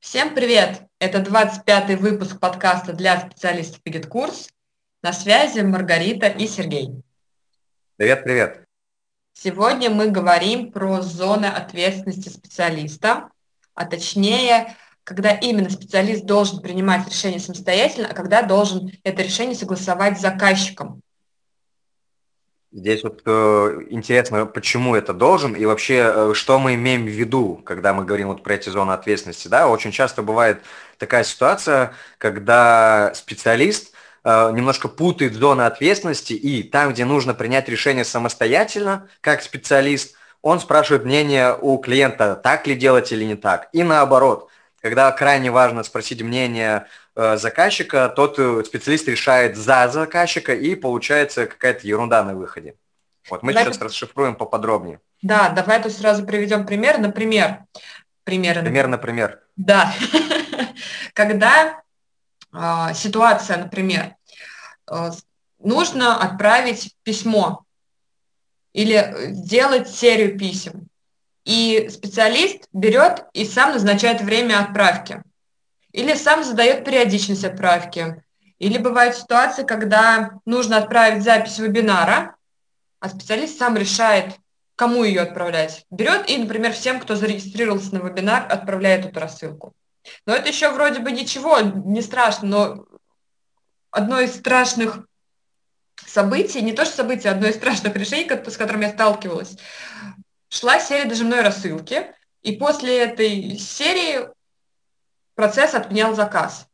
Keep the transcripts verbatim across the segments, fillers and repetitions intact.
Всем привет! Это двадцать пятый выпуск подкаста для специалистов Пигит-курс. На связи Маргарита и Сергей. Привет, привет. Сегодня мы говорим про зоны ответственности специалиста, а точнее, когда именно специалист должен принимать решение самостоятельно, а когда должен это решение согласовать с заказчиком. Здесь вот э, интересно, почему это должен и вообще, э, что мы имеем в виду, когда мы говорим вот про эти зоны ответственности. Да? Очень часто бывает такая ситуация, когда специалист э, немножко путает зоны ответственности, и там, где нужно принять решение самостоятельно, как специалист, он спрашивает мнение у клиента, так ли делать или не так. И наоборот, когда крайне важно спросить мнение э, заказчика, тот э, специалист решает за заказчика, и получается какая-то ерунда на выходе. Вот мы Давай, сейчас расшифруем поподробнее. да, давай тут сразу приведем пример. Например, примеры, Пример, например. например. Да, когда а, ситуация, например, а, с- нужно отправить письмо или э, сделать серию писем. И специалист берет и сам назначает время отправки. Или сам задает периодичность отправки. Или бывают ситуации, когда нужно отправить запись вебинара, а специалист сам решает, кому ее отправлять. Берет и, например, всем, кто зарегистрировался на вебинар, отправляет эту рассылку. Но это еще вроде бы ничего, не страшно, но одно из страшных событий, не то что событий, а одно из страшных решений, с которым я сталкивалась, шла серия дожимной рассылки, и после этой серии процесс отменял заказ.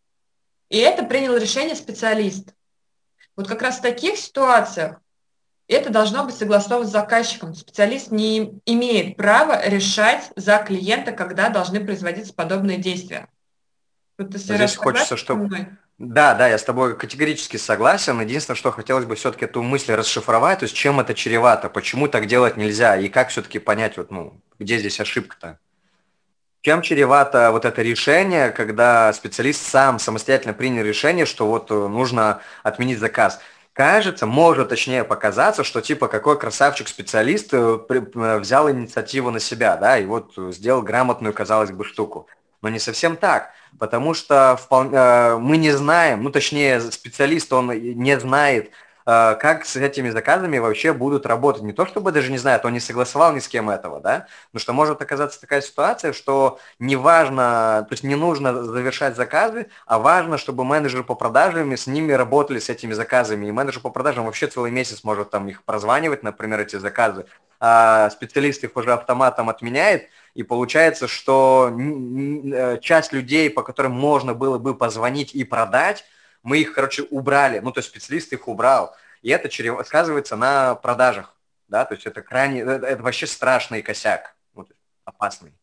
И это принял решение специалист. Вот как раз в таких ситуациях это должно быть согласовано с заказчиком. Специалист не имеет права решать за клиента, когда должны производиться подобные действия. Вот ты, Но Сереж, здесь согласен хочется, со что... мной? Да, да, я с тобой категорически согласен. Единственное, что хотелось бы все-таки эту мысль расшифровать, то есть чем это чревато, почему так делать нельзя, и как все-таки понять, вот, ну, где здесь ошибка-то. Чем чревато вот это решение, когда специалист сам самостоятельно принял решение, что вот э, нужно отменить заказ? Кажется, может точнее показаться, что типа какой красавчик специалист э, при- э, взял инициативу на себя, да, и вот э, сделал грамотную, казалось бы, штуку. Но не совсем так, потому что впол- э, мы не знаем, ну точнее специалист, он не знает, э, как с этими заказами вообще будут работать. Не то чтобы даже не знает, он не согласовал ни с кем этого, да, но что может оказаться такая ситуация, что не важно, то есть не нужно завершать заказы, а важно, чтобы менеджер по продажам с ними работали, с этими заказами. И менеджер по продажам вообще целый месяц может там их прозванивать, например, эти заказы, а специалист их уже автоматом отменяет, и получается, что часть людей, по которым можно было бы позвонить и продать, мы их, короче, убрали, ну, то есть специалист их убрал, и это сказывается на продажах, да, то есть это крайне, это, это вообще страшный косяк, вот, опасный.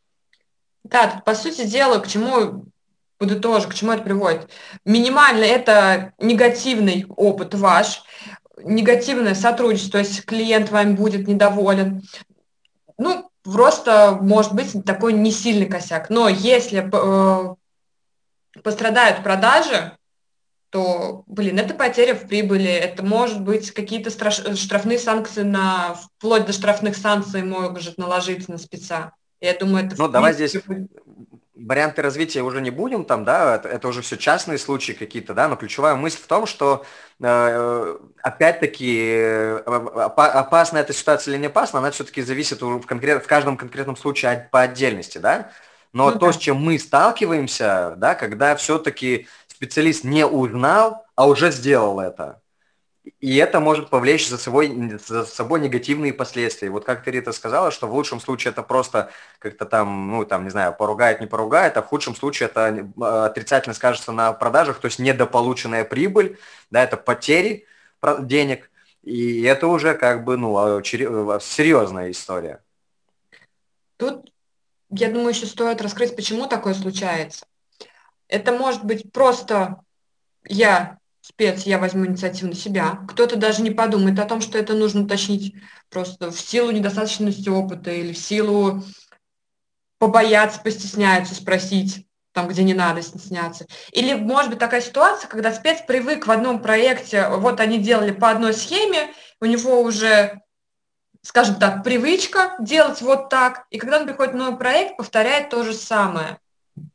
Да, тут, по сути дела, к чему буду тоже, к чему это приводит. Минимально это негативный опыт ваш, негативное сотрудничество, то есть клиент вами будет недоволен. Ну, просто может быть такой не сильный косяк. Но если э, пострадают продажи, то, блин, это потеря в прибыли, это может быть какие-то страш- штрафные санкции на, вплоть до штрафных санкций может наложиться на спеца. Я думаю, это в Ну, давай принципе здесь будет. варианты развития уже не будем, там, да, это, это уже все частные случаи какие-то, да, но ключевая мысль в том, что э, опять-таки э, опа- опасна эта ситуация или не опасна, она все-таки зависит в, конкрет, в каждом конкретном случае от- по отдельности, да, но Ну то, да. с чем мы сталкиваемся, да, когда все-таки специалист не узнал, а уже сделал это, и это может повлечь за собой, за собой негативные последствия. Вот как ты, Рита, сказала, что в лучшем случае это просто как-то там, ну, там, не знаю, поругает, не поругает, а в худшем случае это э, отрицательно скажется на продажах, то есть недополученная прибыль, да, это потери про- денег, и это уже как бы, ну, а, чере- э, серьезная история. Тут, я думаю, еще стоит раскрыть, почему такое случается. Это может быть просто я спец, я возьму инициативу на себя. Кто-то даже не подумает о том, что это нужно уточнить просто в силу недостаточности опыта или в силу побояться, постесняются спросить там, где не надо стесняться. Или может быть такая ситуация, когда спец привык в одном проекте, вот они делали по одной схеме, у него уже, скажем так, привычка делать вот так, и когда он приходит в новый проект, повторяет то же самое.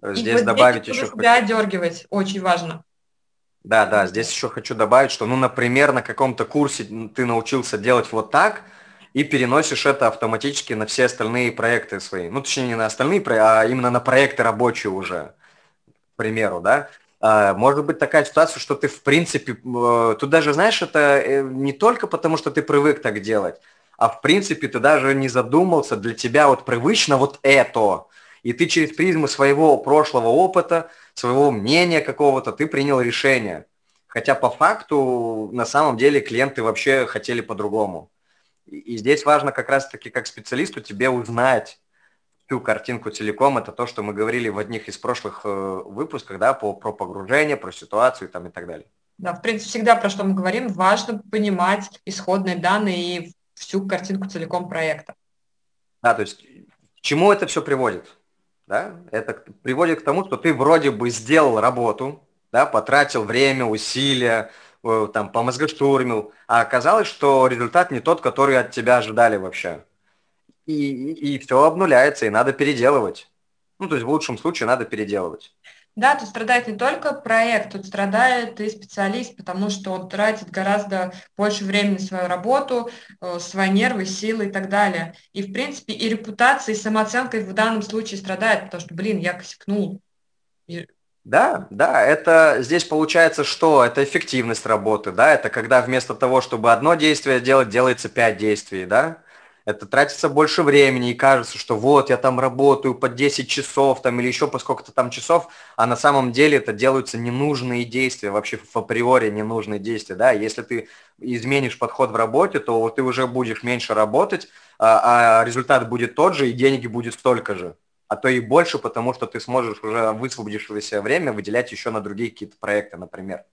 И Здесь вот здесь добавить не еще нужно себя хочу. одергивать, очень важно. Да, да, здесь еще хочу добавить, что, ну, например, на каком-то курсе ты научился делать вот так и переносишь это автоматически на все остальные проекты свои. Ну, точнее, не на остальные, а именно на проекты рабочие уже, к примеру, да. А, может быть такая ситуация, что ты, в принципе, э, тут даже, знаешь, это э, не только потому, что ты привык так делать, а в принципе ты даже не задумался, для тебя вот привычно вот это. И ты через призму своего прошлого опыта, своего мнения какого-то, ты принял решение. Хотя по факту, на самом деле, клиенты вообще хотели по-другому. И, и здесь важно как раз-таки как специалисту тебе узнать всю картинку целиком. Это то, что мы говорили в одних из прошлых э, выпусках, да, по, про погружение, про ситуацию там, и так далее. Да, в принципе, всегда про что мы говорим, важно понимать исходные данные и всю картинку целиком проекта. Да, то есть к чему это все приводит? Да? Это приводит к тому, что ты вроде бы сделал работу, да, потратил время, усилия, э, там, помозгоштурмил, а оказалось, что результат не тот, который от тебя ожидали вообще. И, и, и все обнуляется, и надо переделывать. Ну, то есть в лучшем случае надо переделывать. Да, тут страдает не только проект, тут страдает и специалист, потому что он тратит гораздо больше времени на свою работу, э, свои нервы, силы и так далее. И, в принципе, и репутация, и самооценка в данном случае страдает, потому что, блин, я косякнул. И- Да, да, это здесь получается что? Это эффективность работы, да, это когда вместо того, чтобы одно действие делать, делается пять действий, да. Это тратится больше времени и кажется, что вот я там работаю по десять часов там или еще по сколько-то там часов, а на самом деле это делаются ненужные действия, вообще в априори ненужные действия, да. Если ты изменишь подход в работе, то ты уже будешь меньше работать, а, а результат будет тот же и деньги будет столько же, а то и больше, потому что ты сможешь уже высвободившееся время выделять еще на другие какие-то проекты, например.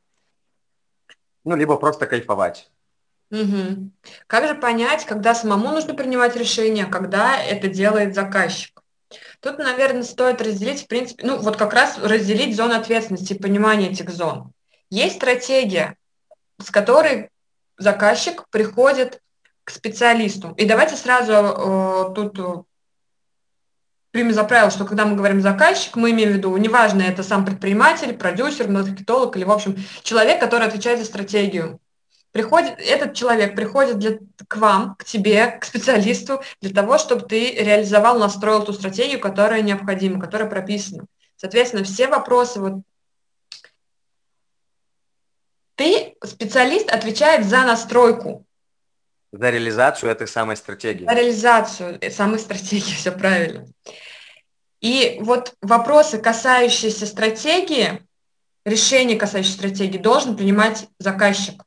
Ну, либо просто кайфовать. Мгм. Как же понять, когда самому нужно принимать решение, а когда это делает заказчик? Тут, наверное, стоит разделить, в принципе, ну вот как раз разделить зоны ответственности и понимание этих зон. Есть стратегия, с которой заказчик приходит к специалисту. И давайте сразу э, тут э, примем за правило, что когда мы говорим заказчик, мы имеем в виду, неважно, это сам предприниматель, продюсер, маркетолог или, в общем, человек, который отвечает за стратегию. Приходит, этот человек приходит для, к вам, к тебе, к специалисту, для того, чтобы ты реализовал, настроил ту стратегию, которая необходима, которая прописана. Соответственно, все вопросы, вот ты, специалист, отвечает за настройку, За реализацию этой самой за стратегии. реализацию самой стратегии, все правильно. И вот вопросы, касающиеся стратегии, решения, касающиеся стратегии, должен принимать заказчик.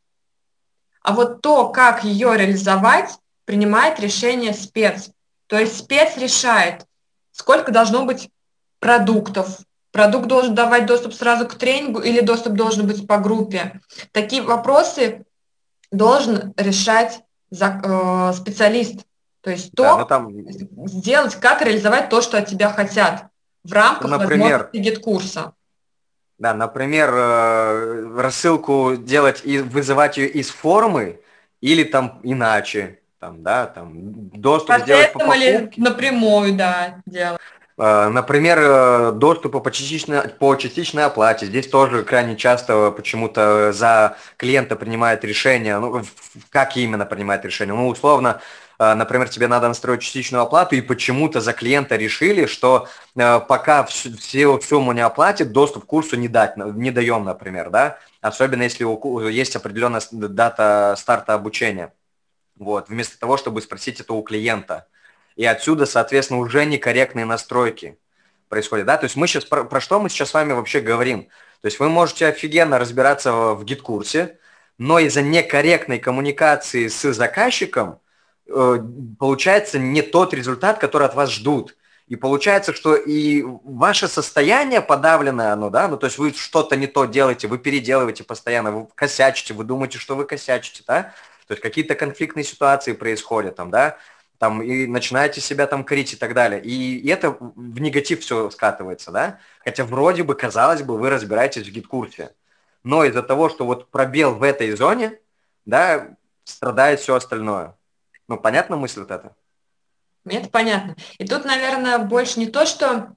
А вот то, как ее реализовать, принимает решение спец. То есть спец решает, сколько должно быть продуктов. Продукт должен давать доступ сразу к тренингу или доступ должен быть по группе. Такие вопросы должен решать за, э, специалист. То есть Да, ну то, там, сделать, как реализовать то, что от тебя хотят в ну, рамках например, возможностей гид-курса. да, например, э, рассылку делать и вызывать ее из формы или там иначе, там, да, там, доступ сделать по Посредством или покупке. напрямую, да, делать. Э, Например, э, доступы по частичной, по частичной оплате. Здесь тоже крайне часто почему-то за клиента принимает решение, ну, в- как именно принимает решение. Ну, условно, э, например, тебе надо настроить частичную оплату, и почему-то за клиента решили, что э, пока всю, всю сумму не оплатит, доступ к курсу не дать, не даем, например, да, особенно если у ку- есть определенная с- дата старта обучения. Вот, вместо того, чтобы спросить это у клиента. И отсюда, соответственно, уже некорректные настройки происходят. Да? То есть мы сейчас, про, про что мы сейчас с вами вообще говорим? То есть вы можете офигенно разбираться в гид-курсе, но из-за некорректной коммуникации с заказчиком э, получается не тот результат, который от вас ждут. И получается, что и ваше состояние подавленное, оно, да, ну то есть вы что-то не то делаете, вы переделываете постоянно, вы косячите, вы думаете, что вы косячите, да, то есть какие-то конфликтные ситуации происходят там, да, там, и начинаете себя там корить и так далее. И, и это в негатив все скатывается, да. Хотя вроде бы, казалось бы, вы разбираетесь в гид-курсе. Но из-за того, что вот пробел в этой зоне, да, страдает все остальное. Ну, понятна мысль вот эта? Мне это понятно. И тут, наверное, больше не то, что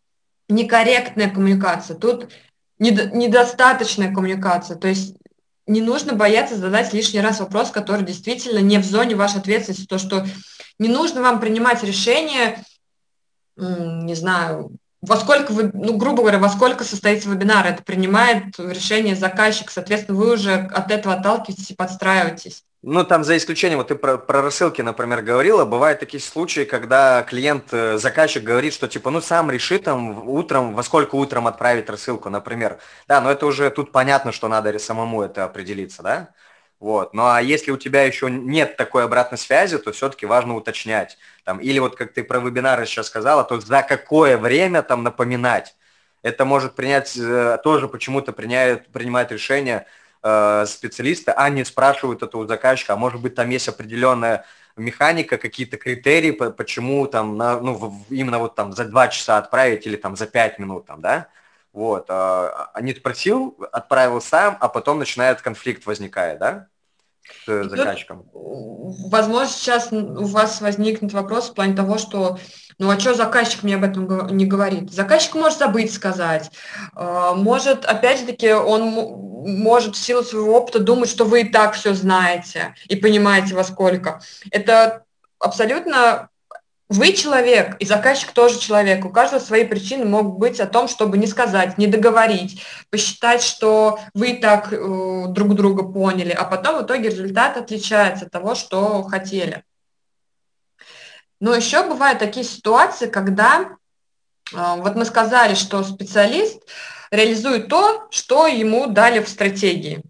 некорректная коммуникация, тут недо- недостаточная коммуникация. То есть не нужно бояться задать лишний раз вопрос, который действительно не в зоне вашей ответственности. То, что не нужно вам принимать решение, м, не знаю, во сколько вы, ну, грубо говоря, во сколько состоится вебинар. Это принимает решение заказчик. Соответственно, вы уже от этого отталкиваетесь и подстраиваетесь. Ну, там за исключением, вот ты про, про рассылки, например, говорила, бывают такие случаи, когда клиент, э, заказчик говорит, что типа, ну, сам реши там в- утром, во сколько утром отправить рассылку, например. Да, но это уже тут понятно, что надо самому это определиться, да? Вот. Ну, а если у тебя еще нет такой обратной связи, то все-таки важно уточнять. Там, или вот как ты про вебинары сейчас сказала, то за какое время там напоминать. Это может принять, э, тоже почему-то принимает, принимает решение э, специалисты, а не спрашивают это у заказчика, а может быть там есть определенная механика, какие-то критерии, по- почему там, на, ну, в- именно вот там за два часа отправить или там за пять минут, там, да, вот, а, а не спросил, отправил сам, а потом начинает конфликт возникает, да, с э, И тут, заказчиком. возможно, сейчас у вас возникнет вопрос в плане того, что ну а что заказчик мне об этом го- не говорит? Заказчик может забыть сказать, а, может, опять же таки, он м- может в силу своего опыта думать, что вы и так все знаете и понимаете во сколько. Это абсолютно вы человек, и заказчик тоже человек. У каждого свои причины могут быть о том, чтобы не сказать, не договорить, посчитать, что вы и так э, друг друга поняли, а потом в итоге результат отличается от того, что хотели. Но еще бывают такие ситуации, когда, э, вот мы сказали, что специалист реализует то, что ему дали в стратегии.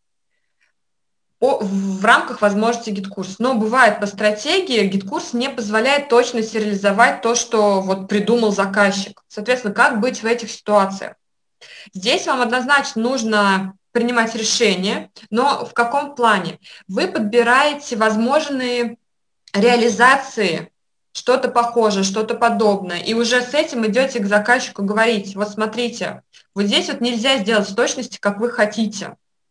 По, в рамках возможностей гид-курса. Но бывает по стратегии гид-курс не позволяет точно сериализовать то, что вот придумал заказчик. Соответственно, как быть в этих ситуациях? Здесь вам однозначно нужно принимать решение, но в каком плане? Вы подбираете возможные реализации, что-то похожее, что-то подобное, и уже с этим идете к заказчику говорить, вот смотрите, вот здесь вот нельзя сделать в точности, как вы хотите,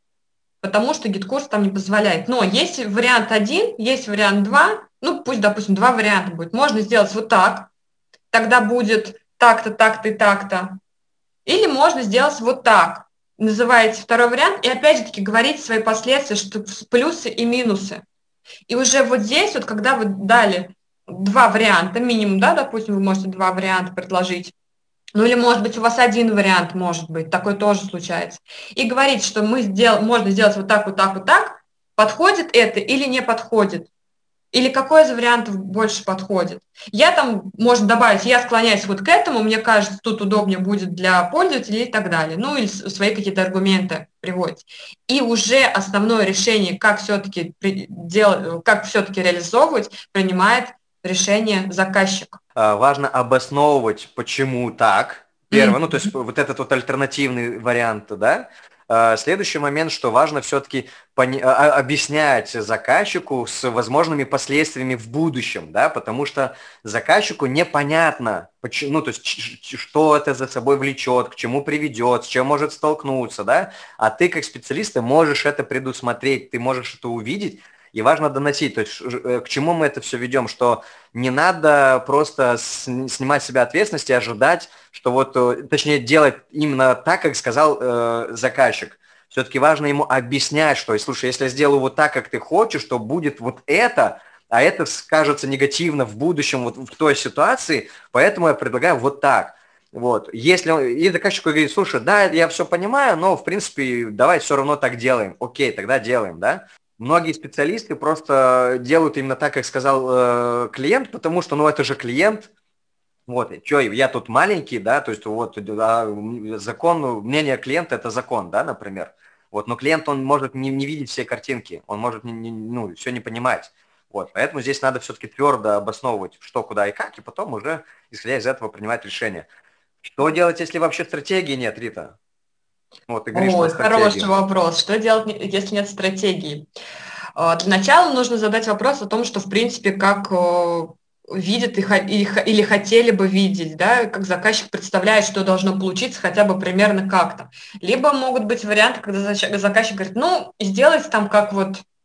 потому что гид-курс там не позволяет. Но есть вариант один, есть вариант два, ну пусть, допустим, два варианта будет. Можно сделать вот так, тогда будет так-то, так-то и так-то. Или можно сделать вот так. Называете второй вариант и опять же таки говорите свои последствия, что плюсы и минусы. И уже вот здесь, вот когда вы дали два варианта, минимум, да, допустим, вы можете два варианта предложить, ну или, может быть, у вас один вариант, может быть, такой тоже случается. И говорить, что мы сдел... можно сделать вот так, вот так, вот так, подходит это или не подходит. Или какой из вариантов больше подходит. Я там, можно добавить, я склоняюсь вот к этому, мне кажется, тут удобнее будет для пользователей и так далее. Ну или свои какие-то аргументы приводить. И уже основное решение, как все-таки делать, как все-таки реализовывать, принимает решение заказчик. А, важно обосновывать, почему так. Первое, ну, то есть Мгм. вот этот вот альтернативный вариант, да. А, следующий момент, что важно все-таки пони- а- а- объяснять заказчику с возможными последствиями в будущем, да, потому что заказчику непонятно, почему, ну, то есть ч- ч- что это за собой влечет, к чему приведет, с чем может столкнуться, да, а ты как специалист ты можешь это предусмотреть, ты можешь это увидеть, и важно доносить, то есть ш- э, к чему мы это все ведем, что не надо просто снимать с себя ответственность и ожидать, что вот, э, точнее, делать именно так, как сказал э, заказчик. Все-таки важно ему объяснять, что, слушай, если я сделаю вот так, как ты хочешь, то будет вот это, а это скажется негативно в будущем вот в той ситуации, поэтому я предлагаю вот так. Вот. Если он, и заказчик говорит, слушай, да, я все понимаю, но, в принципе, давай все равно так делаем. Окей, тогда делаем, да? Многие специалисты просто делают именно так, как сказал э, клиент, потому что, ну, это же клиент. Вот, что, я тут маленький, да, то есть вот а, закон, ну, мнение клиента – это закон, да, например. Вот, но клиент, он может не, не видеть все картинки, он может не, не, ну, все не понимать. Вот, поэтому здесь надо все-таки твердо обосновывать, что, куда и как, и потом уже, исходя из этого, принимать решение. Что делать, если вообще стратегии нет, Рита? Вот, ты говоришь про Ой, хороший стратегию. вопрос. Что делать, не- если нет стратегии? А, Для начала нужно задать вопрос о том, что, в принципе, как э, видят и хо- и хо- или хотели бы видеть, да, как заказчик представляет, что должно получиться хотя бы примерно как-то. Либо могут быть варианты, когда зач- заказчик говорит, ну, сделайте там как вот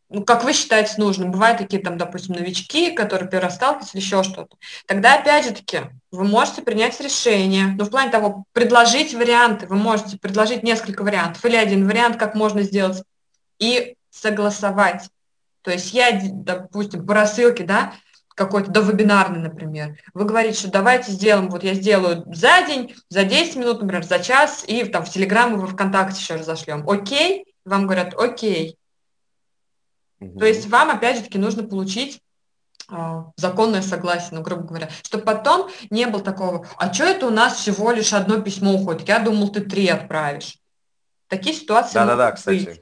ну, как вы считаете нужным. Бывают такие, там, допустим, новички, которые первый раз сталкиваются или еще что-то. Тогда, опять же таки, вы можете принять решение. Ну, в плане того, предложить варианты. Вы можете предложить несколько вариантов или один вариант, как можно сделать, и согласовать. То есть я, допустим, по рассылке, да, какой-то довебинарный, например, вы говорите, что давайте сделаем, вот я сделаю за день, за десять минут, например, за час, и там в Телеграм и во ВКонтакте еще разошлем. Окей? Вам говорят, окей. То есть Мгм. вам, опять же таки, нужно получить а, законное согласие, ну, грубо говоря, чтобы потом не было такого, а что это у нас всего лишь одно письмо уходит, я думал, ты три отправишь. Такие ситуации Да-да-да, могут быть. кстати.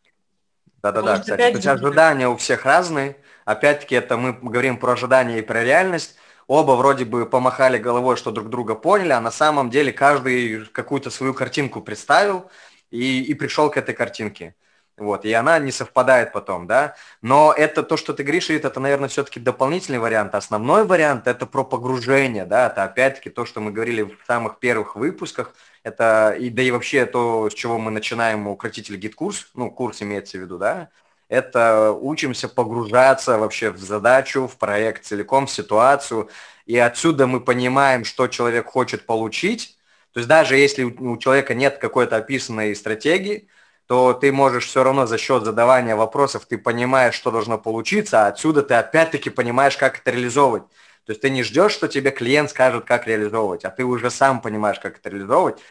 Потому Да-да-да, что, кстати. То опять есть же таки, ожидания у всех разные. Опять-таки, это мы говорим про ожидания и про реальность. Оба вроде бы помахали головой, что друг друга поняли, а на самом деле каждый какую-то свою картинку представил и, и пришел к этой картинке. Вот, и она не совпадает потом, да. Но это то, что ты говоришь, Рит, это, наверное, все-таки дополнительный вариант. Основной вариант – это про погружение, да. Это опять-таки то, что мы говорили в самых первых выпусках. Это, и, да и вообще то, с чего мы начинаем укротитель гид-курс, ну, курс имеется в виду, да, это учимся погружаться вообще в задачу, в проект целиком, в ситуацию, и отсюда мы понимаем, что человек хочет получить. То есть даже если у человека нет какой-то описанной стратегии, то ты можешь все равно за счет задавания вопросов, ты понимаешь, что должно получиться, а отсюда ты опять-таки понимаешь, как это реализовывать. То есть ты не ждешь, что тебе клиент скажет, как реализовывать, а ты уже сам понимаешь, как это реализовывать,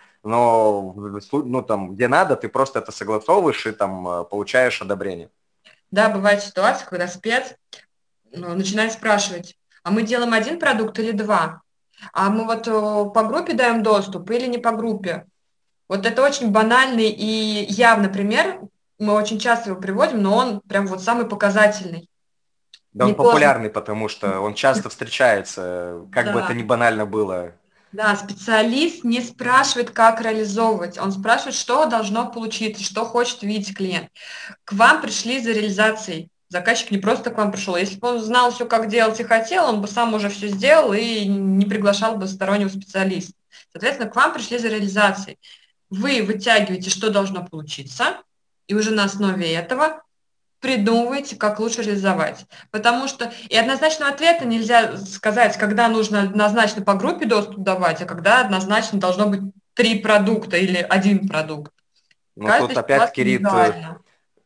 но ну, там, где надо, ты просто это согласовываешь и там э, получаешь одобрение. да, бывает ситуация, когда спец ну, начинает спрашивать, а мы делаем один продукт или два? А мы вот э, по группе даем доступ или не по группе? Вот это очень банальный и явный пример. Мы очень часто его приводим, но он прям вот самый показательный. Да Не он должен. популярный, потому что он часто встречается, как бы это Да, ни банально было. да, специалист не спрашивает, как реализовывать. Он спрашивает, что должно получиться, что хочет видеть клиент. К вам пришли за реализацией. Заказчик не просто к вам пришел. Если бы он знал все, как делать и хотел, он бы сам уже все сделал и не приглашал бы стороннего специалиста. Соответственно, к вам пришли за реализацией. Вы вытягиваете, что должно получиться, и уже на основе этого придумываете, как лучше реализовать. Потому что и однозначного ответа нельзя сказать, когда нужно однозначно по группе доступ давать, а когда однозначно должно быть три продукта или один продукт. Но Каждая тут опять-таки, ситуация Рит, э, индивидуальна.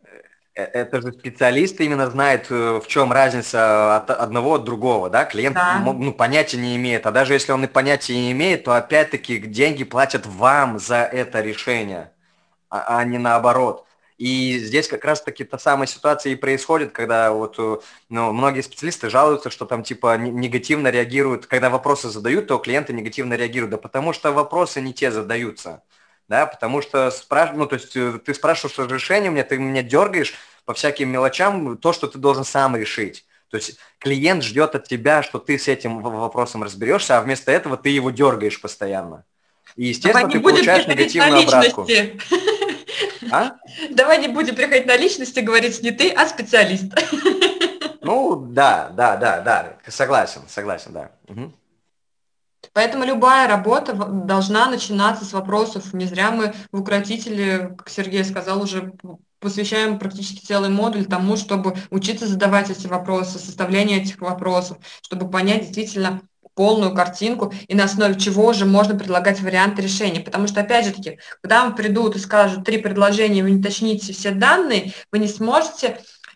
э, это же специалист именно знает, э, в чем разница от одного от другого, да? Клиент мо- Да. ну, понятия не имеет, а даже если он и понятия не имеет, то опять-таки деньги платят вам за это решение, а, а не наоборот. И здесь как раз-таки та самая ситуация и происходит, когда вот, э, ну, многие специалисты жалуются, что там типа не- негативно реагируют, когда вопросы задают, то клиенты негативно реагируют, да потому что вопросы не те задаются, да, потому что спраш... ну, то есть э, ты спрашиваешь разрешение мне, ты меня дергаешь по всяким мелочам, то, что ты должен сам решить. То есть клиент ждет от тебя, что ты с этим в- вопросом разберешься, а вместо этого ты его дергаешь постоянно. И, Давай естественно, не ты будем получаешь переходить на негативную обратку. личности. А? Давай не будем переходить на личности, говорить не ты, а специалист. Ну, да, да, да, да, согласен, согласен, да. Мгм. Поэтому любая работа в- должна начинаться с вопросов. Не зря мы в укротителе, как Сергей сказал, уже п- посвящаем практически целый модуль тому, чтобы учиться задавать эти вопросы, составление этих вопросов, чтобы понять действительно полную картинку и на основе чего же можно предлагать варианты решения. Потому что, опять же таки, когда вам придут и скажут три предложения, вы не уточните все данные, вы не сможете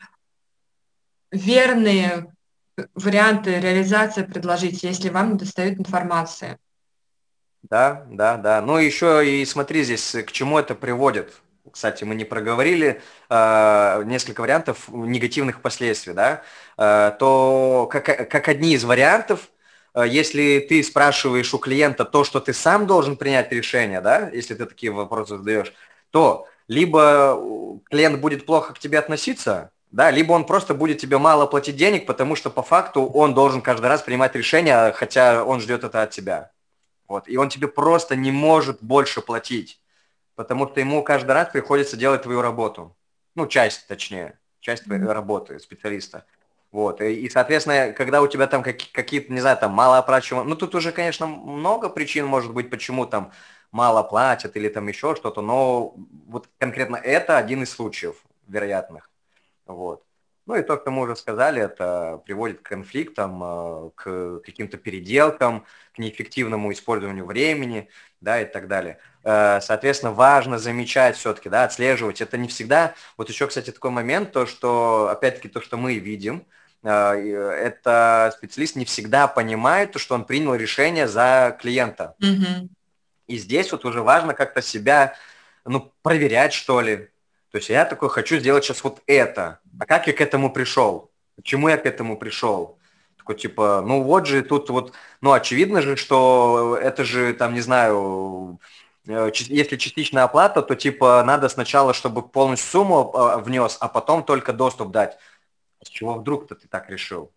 верные варианты реализации предложить, если вам не достает информации. Да, да, да. Ну, еще и смотри здесь, к чему это приводит. Кстати, мы не проговорили э, несколько вариантов негативных последствий, да. Э, то как, как одни из вариантов, э, если ты спрашиваешь у клиента то, что ты сам должен принять решение, да, если ты такие вопросы задаешь, то либо клиент будет плохо к тебе относиться, да, либо он просто будет тебе мало платить денег, потому что по факту он должен каждый раз принимать решение, хотя он ждет это от тебя. Вот. И он тебе просто не может больше платить, потому что ему каждый раз приходится делать твою работу. Ну, часть, точнее, часть твоей работы специалиста. Вот. И, и, соответственно, когда у тебя там какие- какие-то, не знаю, там малооплачиваемые... Ну, тут уже, конечно, много причин может быть, почему там мало платят или там еще что-то, но вот конкретно это один из случаев вероятных. Вот. Ну и то, что мы уже сказали, это приводит к конфликтам, э, к каким-то переделкам, к неэффективному использованию времени, да, и так далее. Э, Соответственно, важно замечать все-таки, да, отслеживать. Это не всегда... Вот еще, кстати, такой момент, то, что, опять-таки, то, что мы видим, э, и, э, это специалист не всегда понимает, то, что он принял решение за клиента. Мгм. И здесь вот уже важно как-то себя, ну, проверять, что ли. То есть я такой хочу сделать сейчас вот это. А как я к этому пришел? Почему я к этому пришел? Такой типа, ну вот же тут вот, ну очевидно же, что это же там, не знаю, э, чи- если частичная оплата, то типа надо сначала, чтобы полностью сумму э, внес, а потом только доступ дать. С чего вдруг-то ты так решил?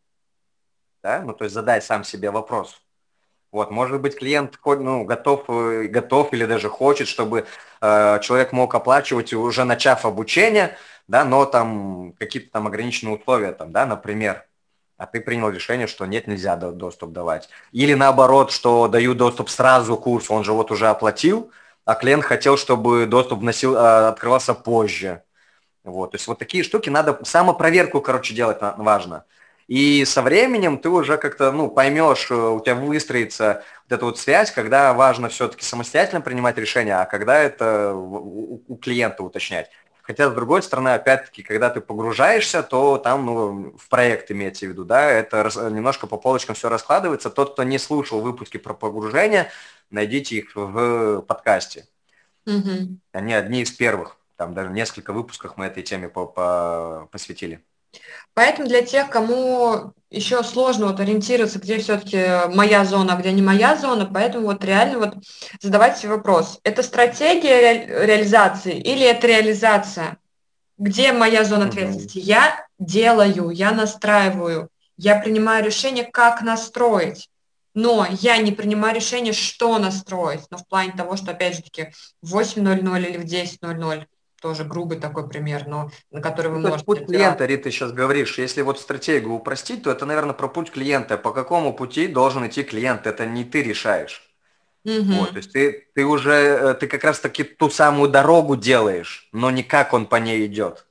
Да? Ну то есть задай сам себе вопрос. Вот, может быть, клиент ну, готов, э, готов или даже хочет, чтобы э, человек мог оплачивать уже начав обучение, да, но там какие-то там ограниченные условия, там, да, например, а ты принял решение, что нет, нельзя доступ давать. Или наоборот, что даю доступ сразу к курсу, он же вот уже оплатил, а клиент хотел, чтобы доступ вносил, э, открывался позже. Вот, то есть вот такие штуки надо, самопроверку, короче, делать важно. И со временем ты уже как-то, ну, поймешь, у тебя выстроится вот эта вот связь, когда важно все-таки самостоятельно принимать решения, а когда это у, у клиента уточнять. Хотя, с другой стороны, опять-таки, когда ты погружаешься, то там, ну, в проект имеется в виду, да, это рас, немножко по полочкам все раскладывается. Тот, кто не слушал выпуски про погружение, найдите их в подкасте. Мгм. Они одни из первых. Там даже несколько выпусков мы этой теме по -по посвятили. Поэтому для тех, кому еще сложно вот ориентироваться, где все-таки моя зона, а где не моя зона, поэтому вот реально вот задавать себе вопрос, это стратегия ре- реализации или это реализация? Где моя зона Мгм. ответственности? Я делаю, я настраиваю, я принимаю решение, как настроить. Но я не принимаю решение, что настроить. Но в плане того, что, опять же таки, в восемь ноль ноль или в десять ноль ноль, тоже грубый такой пример, но на который Ну, вы то есть можете путь опираться. клиента, Рит, ты сейчас говоришь, если вот стратегию упростить, то это, наверное, про путь клиента. По какому пути должен идти клиент? Это не ты решаешь. Вот, то Мгм. есть ты, ты уже, э, ты как раз-таки ту самую дорогу делаешь, но не как он по ней идет.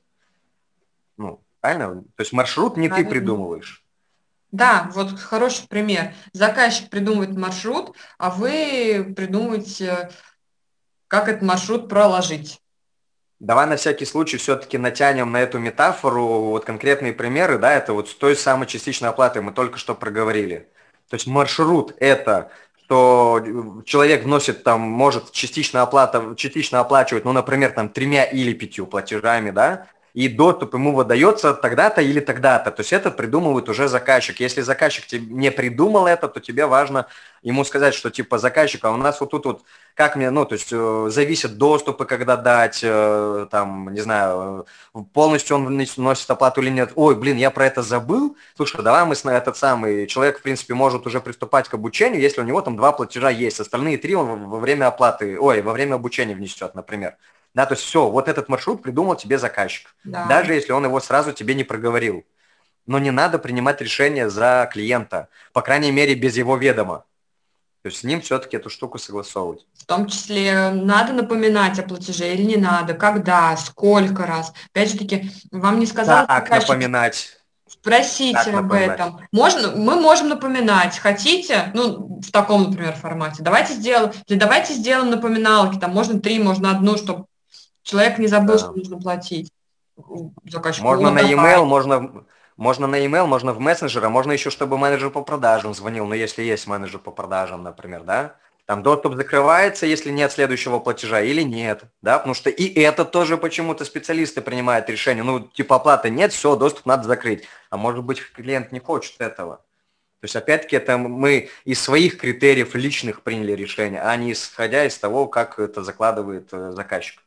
Ну, правильно? То есть маршрут не ты Правильно. придумываешь. Да, вот хороший пример. Заказчик придумывает маршрут, а вы придумываете, как этот маршрут проложить. Давай на всякий случай все-таки натянем на эту метафору вот конкретные примеры, да, это вот с той самой частичной оплатой мы только что проговорили. То есть маршрут это, что человек вносит там, может частично оплата, частично оплачивать, ну, например, там тремя или пятью платежами, да, и доступ ему выдается тогда-то или тогда-то. То есть это придумывает уже заказчик. Если заказчик не придумал это, то тебе важно ему сказать, что типа заказчик, а у нас вот тут вот как мне, ну, то есть э, зависят доступы, когда дать, э, там, не знаю, э, полностью он вносит оплату или нет. Ой, блин, я про это забыл. Слушай, давай мы с на этот самый человек, в принципе, может уже приступать к обучению, если у него там два платежа есть, остальные три он во время оплаты, ой, во время обучения внесет, например. Да, то есть все, вот этот маршрут придумал тебе заказчик, Да. даже если он его сразу тебе не проговорил. Но не надо принимать решение за клиента, по крайней мере, без его ведома. То есть с ним все-таки эту штуку согласовывать. В том числе надо напоминать о платеже или не надо, когда, сколько раз. Опять же таки, вам не сказал Как заказчик, напоминать? спросите Как об напоминать? этом. Можно, мы можем напоминать. Хотите? Ну, в таком, например, формате. Давайте сделаем, или давайте сделаем напоминалки. Там можно три, можно одну, чтобы человек не забыл, что Да. нужно платить заказчику. Можно О, на e-mail, давай. можно, можно на e-mail, можно в мессенджер, а можно еще, чтобы менеджер по продажам звонил, ну, если есть менеджер по продажам, например, да? Там доступ закрывается, если нет следующего платежа или нет, да? Потому что и это тоже почему-то специалисты принимают решение. Ну, типа оплаты нет, все, доступ надо закрыть. А может быть, клиент не хочет этого. То есть, опять-таки, это мы из своих критериев личных приняли решение, а не исходя из того, как это закладывает э, заказчик.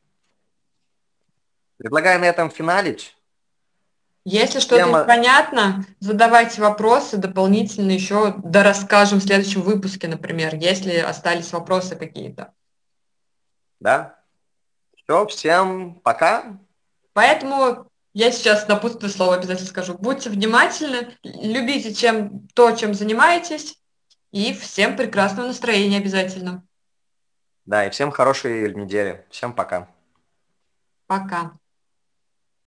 Предлагаю на этом финалить. Если что-то Тема, непонятно, задавайте вопросы дополнительно еще дорасскажем в следующем выпуске, например, если остались вопросы какие-то. да? Все, всем пока. Поэтому я сейчас напутственное слово обязательно скажу. Будьте внимательны, любите чем, то, чем занимаетесь, и всем прекрасного настроения обязательно. Да, и всем хорошей недели. Всем пока. Пока.